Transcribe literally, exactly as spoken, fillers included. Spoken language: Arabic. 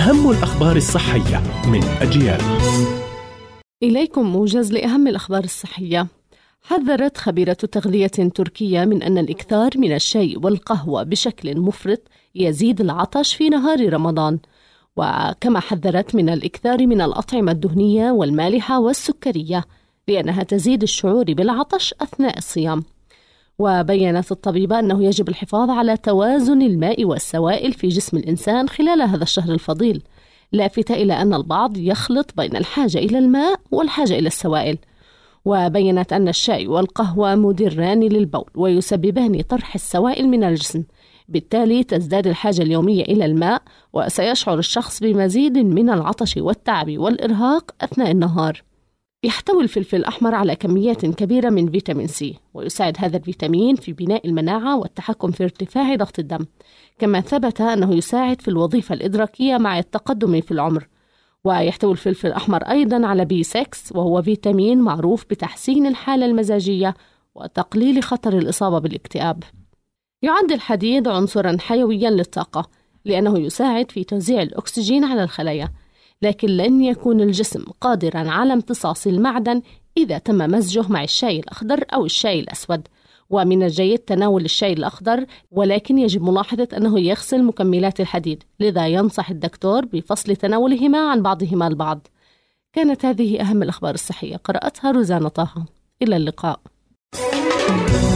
أهم الأخبار الصحية من أجيال. إليكم موجز لأهم الأخبار الصحية. حذرت خبيرة تغذية تركية من أن الإكثار من الشاي والقهوة بشكل مفرط يزيد العطش في نهار رمضان، وكما حذرت من الإكثار من الأطعمة الدهنية والمالحة والسكرية لأنها تزيد الشعور بالعطش أثناء الصيام. وبيّنت الطبيبة أنه يجب الحفاظ على توازن الماء والسوائل في جسم الإنسان خلال هذا الشهر الفضيل، لافتة إلى أن البعض يخلط بين الحاجة إلى الماء والحاجة إلى السوائل. وبيّنت أن الشاي والقهوة مضران للبول ويسببان طرح السوائل من الجسم، بالتالي تزداد الحاجة اليومية إلى الماء، وسيشعر الشخص بمزيد من العطش والتعب والإرهاق أثناء النهار. يحتوي الفلفل الأحمر على كميات كبيرة من فيتامين سي، ويساعد هذا الفيتامين في بناء المناعة والتحكم في ارتفاع ضغط الدم. كما ثبت أنه يساعد في الوظيفة الإدراكية مع التقدم في العمر. ويحتوي الفلفل الأحمر أيضا على بي ستة، وهو فيتامين معروف بتحسين الحالة المزاجية وتقليل خطر الإصابة بالاكتئاب. يعد الحديد عنصرا حيويا للطاقة لأنه يساعد في توزيع الأكسجين على الخلايا، لكن لن يكون الجسم قادرا على امتصاص المعدن إذا تم مزجه مع الشاي الأخضر أو الشاي الأسود. ومن الجيد تناول الشاي الأخضر، ولكن يجب ملاحظة أنه يخسر مكملات الحديد، لذا ينصح الدكتور بفصل تناولهما عن بعضهما البعض. كانت هذه أهم الأخبار الصحية، قرأتها روزانا طه. إلى اللقاء.